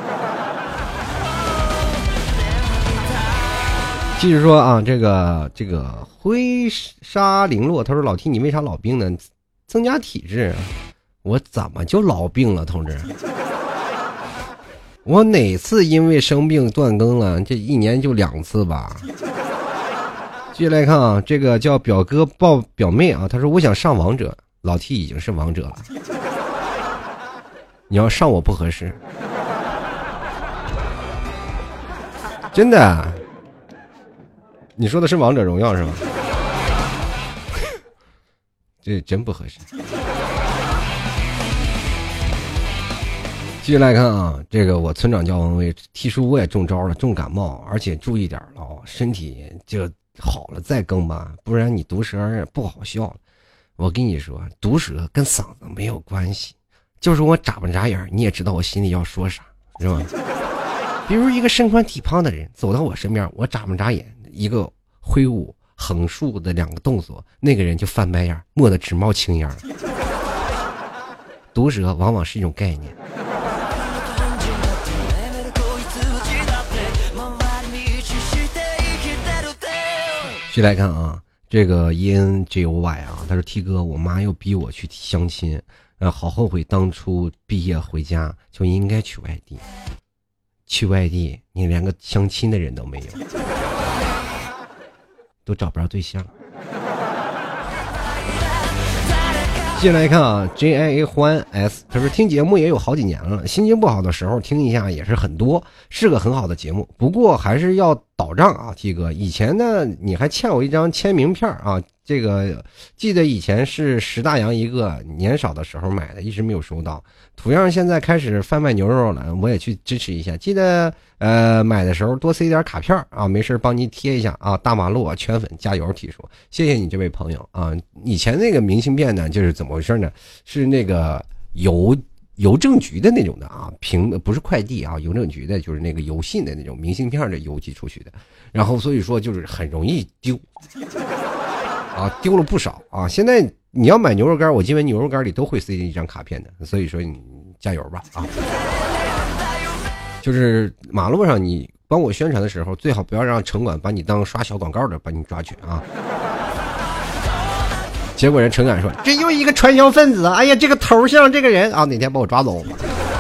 继续说啊，这个灰沙零落，他说老 T 你为啥老病呢？增加体质。我怎么就老病了，同志？我哪次因为生病断更了？这1年就2次吧。继续来看啊，这个叫表哥抱表妹啊，他说我想上王者，老 T 已经是王者了，你要上我不合适，真的。你说的是王者荣耀是吧？这真不合适。继续来看啊，这个我村长叫王威 T 叔，我也中招了，重感冒，而且注意点了，身体就好了再更吧，不然你毒舌不好笑了。我跟你说，毒舌跟嗓子没有关系，就是我眨巴眨眼，你也知道我心里要说啥，是吧？比如一个身宽体胖的人走到我身边，我眨巴眨眼，一个挥舞横竖的2个动作，那个人就翻白眼，默得直冒青烟。毒舌往往是一种概念。继续来看啊，这个 ENJOY 啊，他说 T 哥，我妈又逼我去相亲，好后悔当初毕业回家就应该去外地。去外地，你连个相亲的人都没有，都找不着对象。继接下来看啊 JIA 欢 S， 他说听节目也有好几年了，心情不好的时候听一下也是很多，是个很好的节目，不过还是要倒账啊 T 哥，以前呢你还欠我一张签名片啊，这个记得以前是10大洋一个，年少的时候买的，一直没有收到，同样现在开始贩卖牛肉了，我也去支持一下，记得买的时候多塞点卡片啊，没事帮你贴一下啊，大马路啊圈粉加油提出，谢谢你这位朋友啊，以前那个明信片呢就是怎么回事呢，是那个邮政局的那种的啊，不是快递啊，邮政局的就是那个邮信的那种明信片的邮寄出去的，然后所以说就是很容易丢啊，丢了不少啊。现在你要买牛肉干，我基本牛肉干里都会塞一张卡片的，所以说你加油吧啊。就是马路上你帮我宣传的时候，最好不要让城管把你当刷小广告的把你抓去啊。结果人城管说这又一个传销分子，哎呀这个头像这个人啊，哪天把我抓走吧。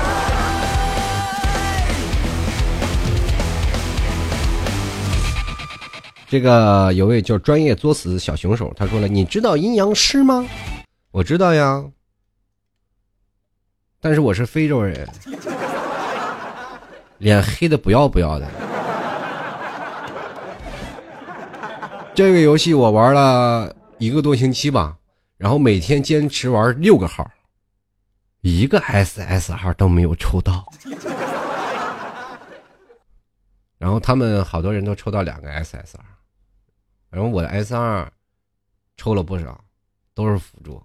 这个有位叫专业作死小凶手，他说了，你知道阴阳师吗？我知道呀，但是我是非洲人，脸黑的不要不要的。这个游戏我玩了1个多星期吧，然后每天坚持玩6个号，一个 SS 号都没有抽到。然后他们好多人都抽到2个 SS 号，然后我的 S2 抽了不少，都是辅助。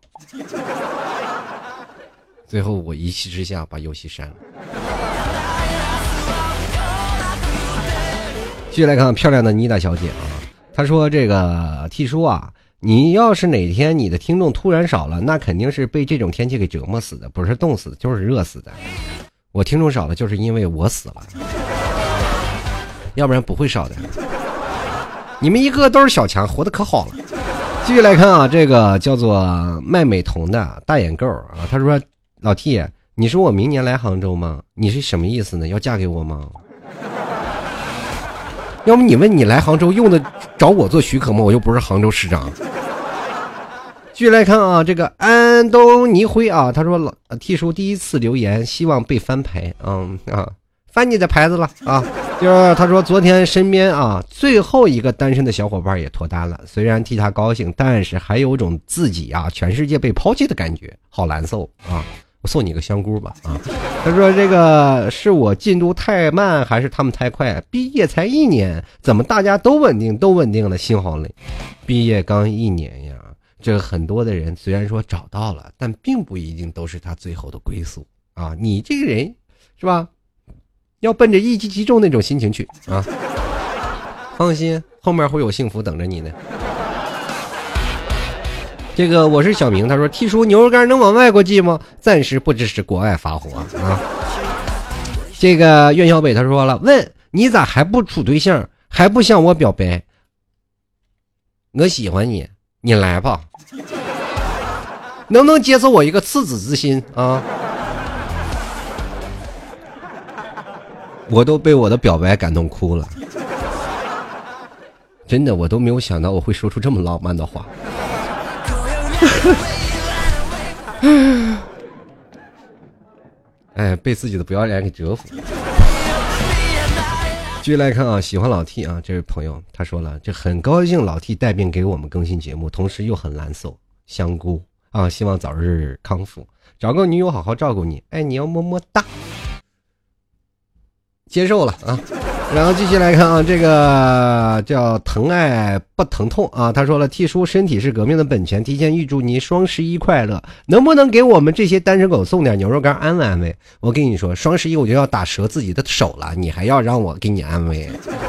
最后我一气之下把游戏删了。继续来看漂亮的妮达小姐啊，她说这个 T 叔啊，你要是哪天你的听众突然少了，那肯定是被这种天气给折磨死的，不是冻死的就是热死的。我听众少了就是因为我死了，要不然不会少的。你们一个都是小强，活得可好了。继续来看啊，这个叫做卖美瞳的大眼狗啊，他说老 T， 你说我明年来杭州吗？你是什么意思呢？要嫁给我吗？要不你问你来杭州用的找我做许可吗？我又不是杭州市长。继续来看啊，这个安东尼辉啊，他说老 T 叔第一次留言，希望被翻牌，翻你的牌子了啊！就是他说昨天身边啊最后一个单身的小伙伴也脱单了，虽然替他高兴，但是还有种自己啊全世界被抛弃的感觉，好难受啊！我送你个香菇吧啊！他说这个是我进度太慢还是他们太快？毕业才1年，怎么大家都稳定了，心好累。毕业刚1年呀，这很多的人虽然说找到了，但并不一定都是他最后的归宿啊！你这个人是吧？要奔着一击即中那种心情去啊！放心，后面会有幸福等着你的。这个我是小明，他说 T 叔牛肉干能往外国寄吗？暂时不支持国外发货啊。这个苑小北他说了，问你咋还不处对象，还不向我表白？我喜欢你，你来吧，能不能接受我一个赤子之心啊？我都被我的表白感动哭了，真的，我都没有想到我会说出这么浪漫的话。哎，被自己的不要脸给折服。继续来看啊，喜欢老 T 啊，这位朋友他说了，这很高兴老 T 带病给我们更新节目，同时又很难受，香菇啊，希望早日康复，找个女友好好照顾你，爱你要么么哒。接受了啊，然后继续来看啊，这个叫疼爱不疼痛啊，他说了 T 叔身体是革命的本钱，提前预祝你双11快乐，能不能给我们这些单身狗送点牛肉干安慰安慰？我跟你说，双11我就要打折自己的手了，你还要让我给你安慰？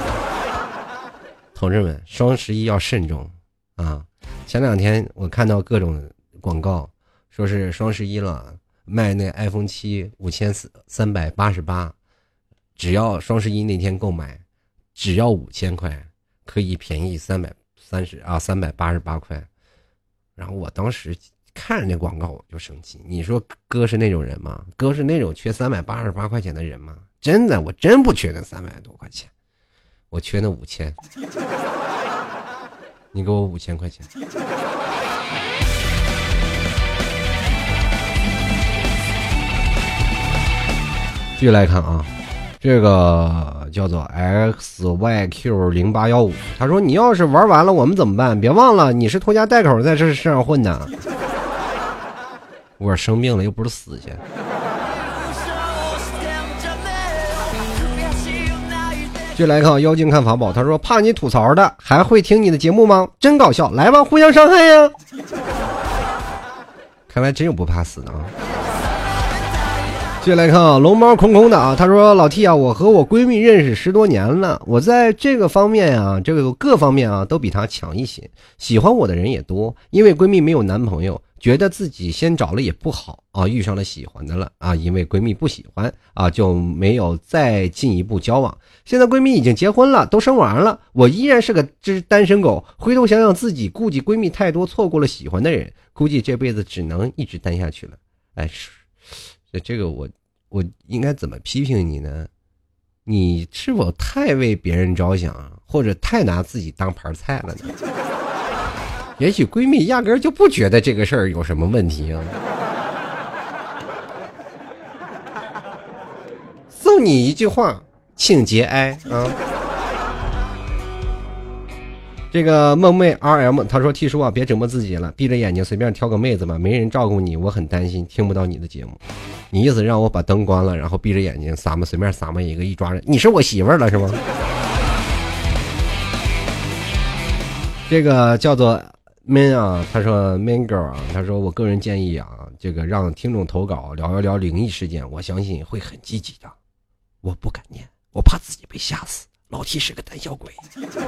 同志们，双11要慎重啊！前2天我看到各种广告，说是双11了，卖那 iPhone 7 5388。只要双11那天购买，只要5000块，可以便宜388块。然后我当时看着那广告我就生气，你说哥是那种人吗？哥是那种缺388块钱的人吗？真的，我真不缺那300多块钱，我缺那5000。你给我5000块钱。 续来看啊，这个叫做 XYQ0815，他说你要是玩完了我们怎么办？别忘了你是拖家带口在这世上混的。我生病了又不是死去。就来看妖精看法宝，他说怕你吐槽的还会听你的节目吗？真搞笑，来吧，互相伤害呀。看来真有不怕死的啊。接下来看啊，龙猫空空的啊，他说老 T 啊，我和我闺蜜认识10多年了，我在这个方面啊，这个各方面啊都比她强一些，喜欢我的人也多，因为闺蜜没有男朋友，觉得自己先找了也不好啊，遇上了喜欢的了啊，因为闺蜜不喜欢啊，就没有再进一步交往。现在闺蜜已经结婚了，都生完了，我依然是个单身狗。回头想想自己，估计闺蜜太多，错过了喜欢的人，估计这辈子只能一直单下去了。哎，这个我应该怎么批评你呢？你是否太为别人着想，或者太拿自己当盘菜了呢？也许闺蜜压根就不觉得这个事儿有什么问题啊。送你一句话，请节哀啊。这个梦妹 RM 他说 T 叔啊，别折磨自己了，闭着眼睛随便挑个妹子吧，没人照顾你，我很担心听不到你的节目。你意思让我把灯关了，然后闭着眼睛随便撒么一个，一抓人你是我媳妇儿了是吗？这个叫做 Man 啊，他说 Man Girl 啊，他说我个人建议啊，这个让听众投稿聊一聊灵异事件，我相信会很积极的。我不敢念，我怕自己被吓死。老 T 是个胆小鬼。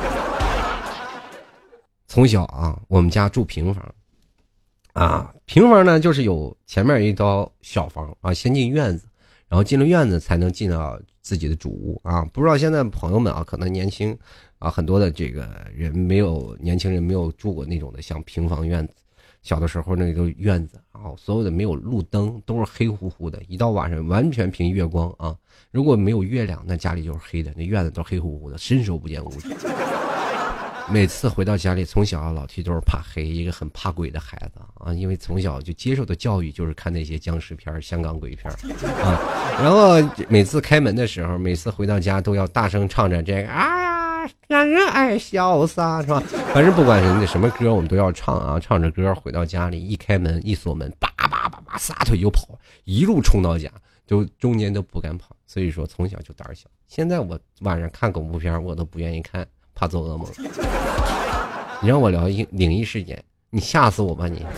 从小啊，我们家住平房啊，平房呢就是有前面一道小房啊，先进院子，然后进了院子才能进到自己的主屋啊。不知道现在朋友们啊，可能年轻啊，很多的这个人年轻人没有住过那种的像平房院子。小的时候那个院子啊，所有的没有路灯，都是黑乎乎的，一到晚上完全凭月光啊。如果没有月亮，那家里就是黑的，那院子都黑乎乎的，伸手不见五指。每次回到家里，从小老 T 都是怕黑，一个很怕鬼的孩子啊，因为从小就接受的教育就是看那些僵尸片、香港鬼片啊。然后每次开门的时候，每次回到家都要大声唱着这个啊，让人爱潇洒，是吧？反正不管人家什么歌，我们都要唱啊，唱着歌回到家里，一开门一锁门，叭叭叭叭撒腿就跑，一路冲到家，就中间都不敢跑。所以说从小就胆小。现在我晚上看恐怖片，我都不愿意看。怕做噩梦，你让我聊灵异事件，你吓死我吧你！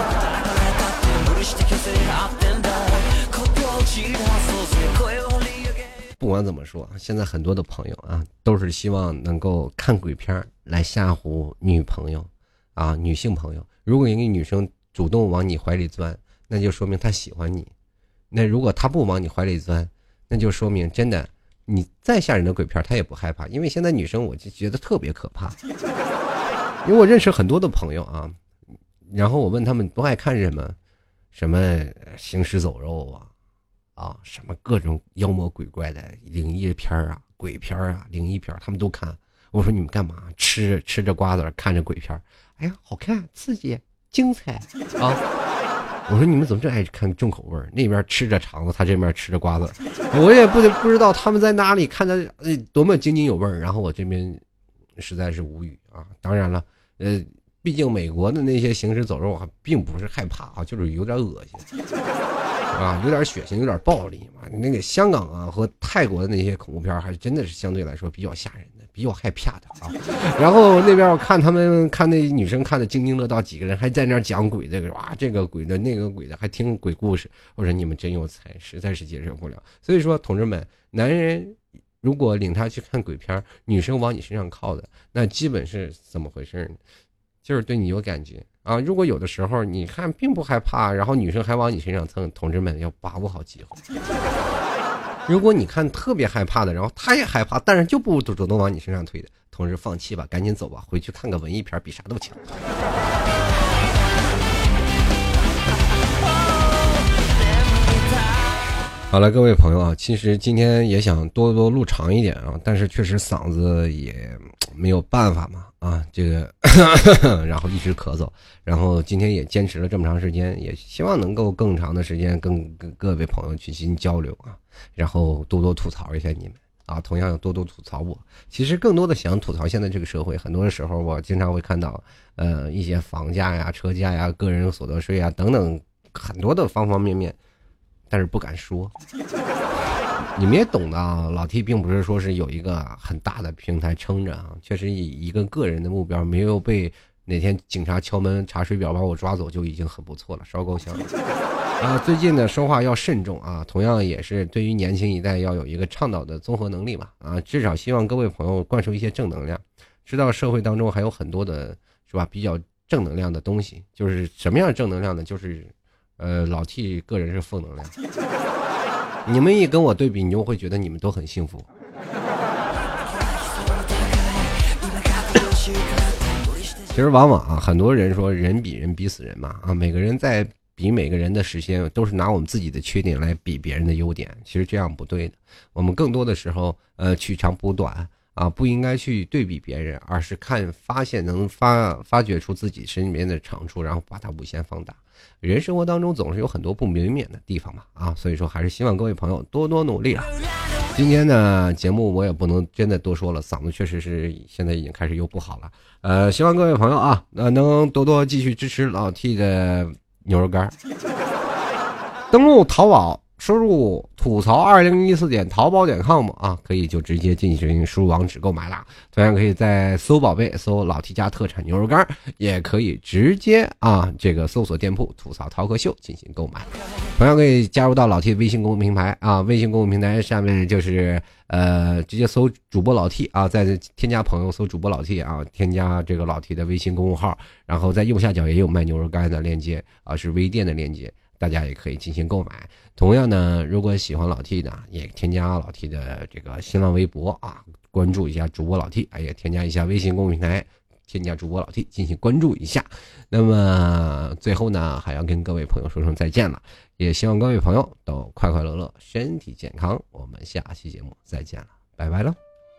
不管怎么说，现在很多的朋友啊，都是希望能够看鬼片来吓唬女朋友啊，女性朋友。如果一个女生主动往你怀里钻，那就说明她喜欢你；那如果她不往你怀里钻，那就说明真的。你再吓人的鬼片他也不害怕，因为现在女生我就觉得特别可怕。因为我认识很多的朋友啊，然后我问他们都爱看什么行尸走肉啊什么各种妖魔鬼怪的灵异片啊、鬼片啊、灵异片他们都看。我说你们干嘛？吃着瓜子看着鬼片，哎呀好看刺激精彩啊。我说你们怎么这爱看重口味？那边吃着肠子，他这边吃着瓜子，我也不知道他们在哪里看的多么津津有味。然后我这边实在是无语啊。当然了，毕竟美国的那些行尸走肉啊，并不是害怕啊，就是有点恶心啊，有点血腥，有点暴力嘛。那个香港啊和泰国的那些恐怖片，还真的是相对来说比较吓人的，比较害怕的啊。然后那边我看他们看那女生看的津津乐道，几个人还在那讲鬼这个哇，这个鬼的那个鬼的，还听鬼故事。我说你们真有才，实在是接受不了。所以说，同志们，男人如果领他去看鬼片，女生往你身上靠的，那基本是怎么回事呢？就是对你有感觉啊！如果有的时候你看并不害怕，然后女生还往你身上蹭，同志们要把握好机会。如果你看特别害怕的，然后他也害怕，但是就不主动往你身上推的，同志放弃吧，赶紧走吧，回去看个文艺片比啥都强。 好了，各位朋友啊，其实今天也想多录长一点啊，但是确实嗓子也没有办法嘛啊，这个然后一直咳嗽，然后今天也坚持了这么长时间，也希望能够更长的时间跟各位朋友去进行交流啊，然后多多吐槽一下你们啊，同样多多吐槽我。其实更多的想吐槽现在这个社会，很多的时候我经常会看到一些房价呀、车价呀、个人所得税啊等等很多的方方面面。但是不敢说，你们也懂的啊。老 T 并不是说是有一个很大的平台撑着啊，确实以一个个人的目标，没有被哪天警察敲门查水表把我抓走就已经很不错了，烧够香啊。最近呢说话要慎重啊，同样也是对于年轻一代要有一个倡导的综合能力嘛啊，至少希望各位朋友灌输一些正能量，知道社会当中还有很多的是吧比较正能量的东西，就是什么样的正能量呢？就是老 T 个人是负能量，你们一跟我对比，你就会觉得你们都很幸福。其实往往啊，很多人说人比人比死人嘛啊，每个人在比每个人的时间，都是拿我们自己的缺点来比别人的优点，其实这样不对的。我们更多的时候取长补短啊，不应该去对比别人，而是发现能发掘出自己身里面的长处，然后把它无限放大。人生活当中总是有很多不明免的地方嘛啊，所以说还是希望各位朋友多多努力啊。今天呢节目我也不能真的多说了，嗓子确实是现在已经开始又不好了。希望各位朋友啊能多多继续支持老 T 的牛肉干。登录淘宝输入吐槽2014淘宝.com 啊，可以就直接进行输入网址购买了。同样可以在搜宝贝搜老 T 家特产牛肉干，也可以直接这个搜索店铺吐槽淘客秀进行购买。同样可以加入到老 T 的微信公众平台啊，微信公众平台上面就是直接搜主播老 T 啊，在添加朋友搜主播老 T 啊，添加这个老 T 的微信公众号，然后在右下角也有卖牛肉干的链接啊，是微店的链接，大家也可以进行购买。同样呢，如果喜欢老 T 的，也添加老 T 的这个新浪微博啊，关注一下主播老 T， 也添加一下微信公众平台，添加主播老 T 进行关注一下。那么最后呢，还要跟各位朋友说声再见了，也希望各位朋友都快快乐乐，身体健康。我们下期节目再见了，拜拜了。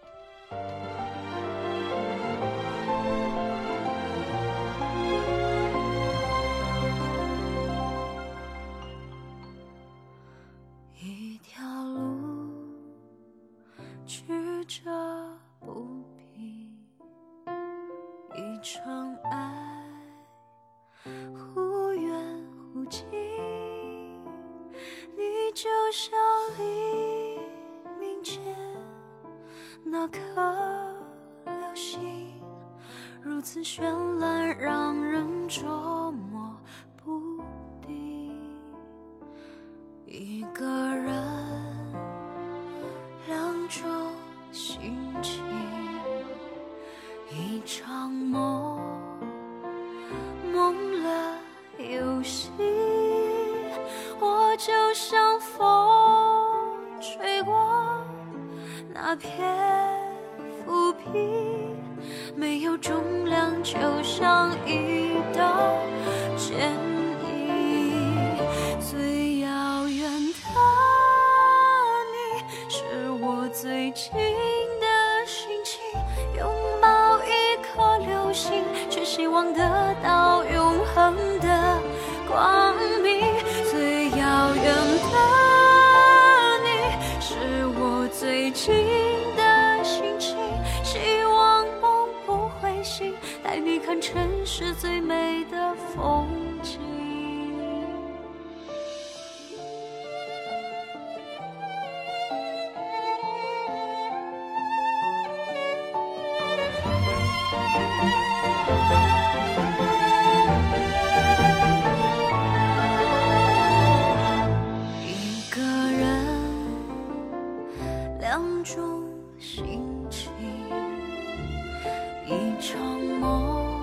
曲折不平，一场爱忽远忽近，你就像黎明前那颗流星，如此绚烂让人捉摸不定。一个人两种心情，一场梦，梦了又醒。我就像风吹过那片浮萍，没有重量，就像一道剪影。最遥远的最近的心情，拥抱一颗流星，却希望得到永恒的光明。最遥远的你，是我最近的心情，希望梦不会醒，带你看城市最美的风景。两种心情，一场梦，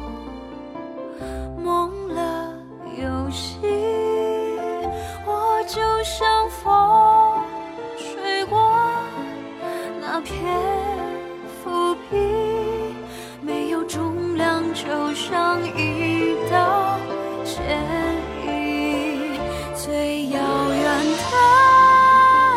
梦了又醒。我就像风吹过那片浮萍，没有重量，就像一道剪影。最遥远的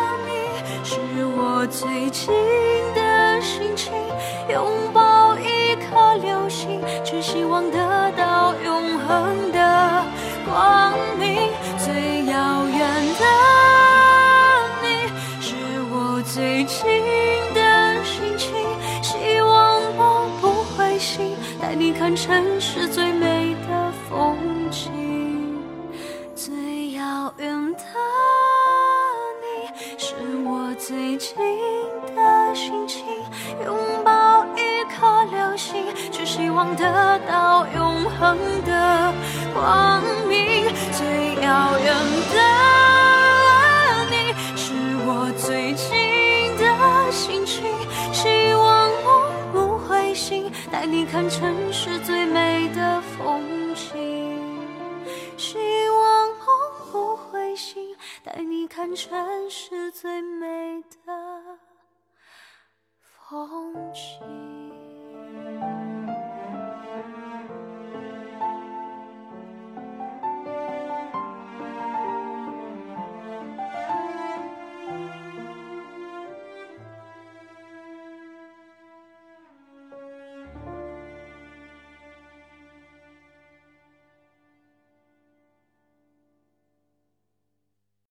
最近的心情，拥抱一颗流星，只希望得到永恒的光明。最遥远的你，是我最近的心情，希望我不灰心，带你看城市最美的风景。希望我不灰心，带你看城市最美的风景。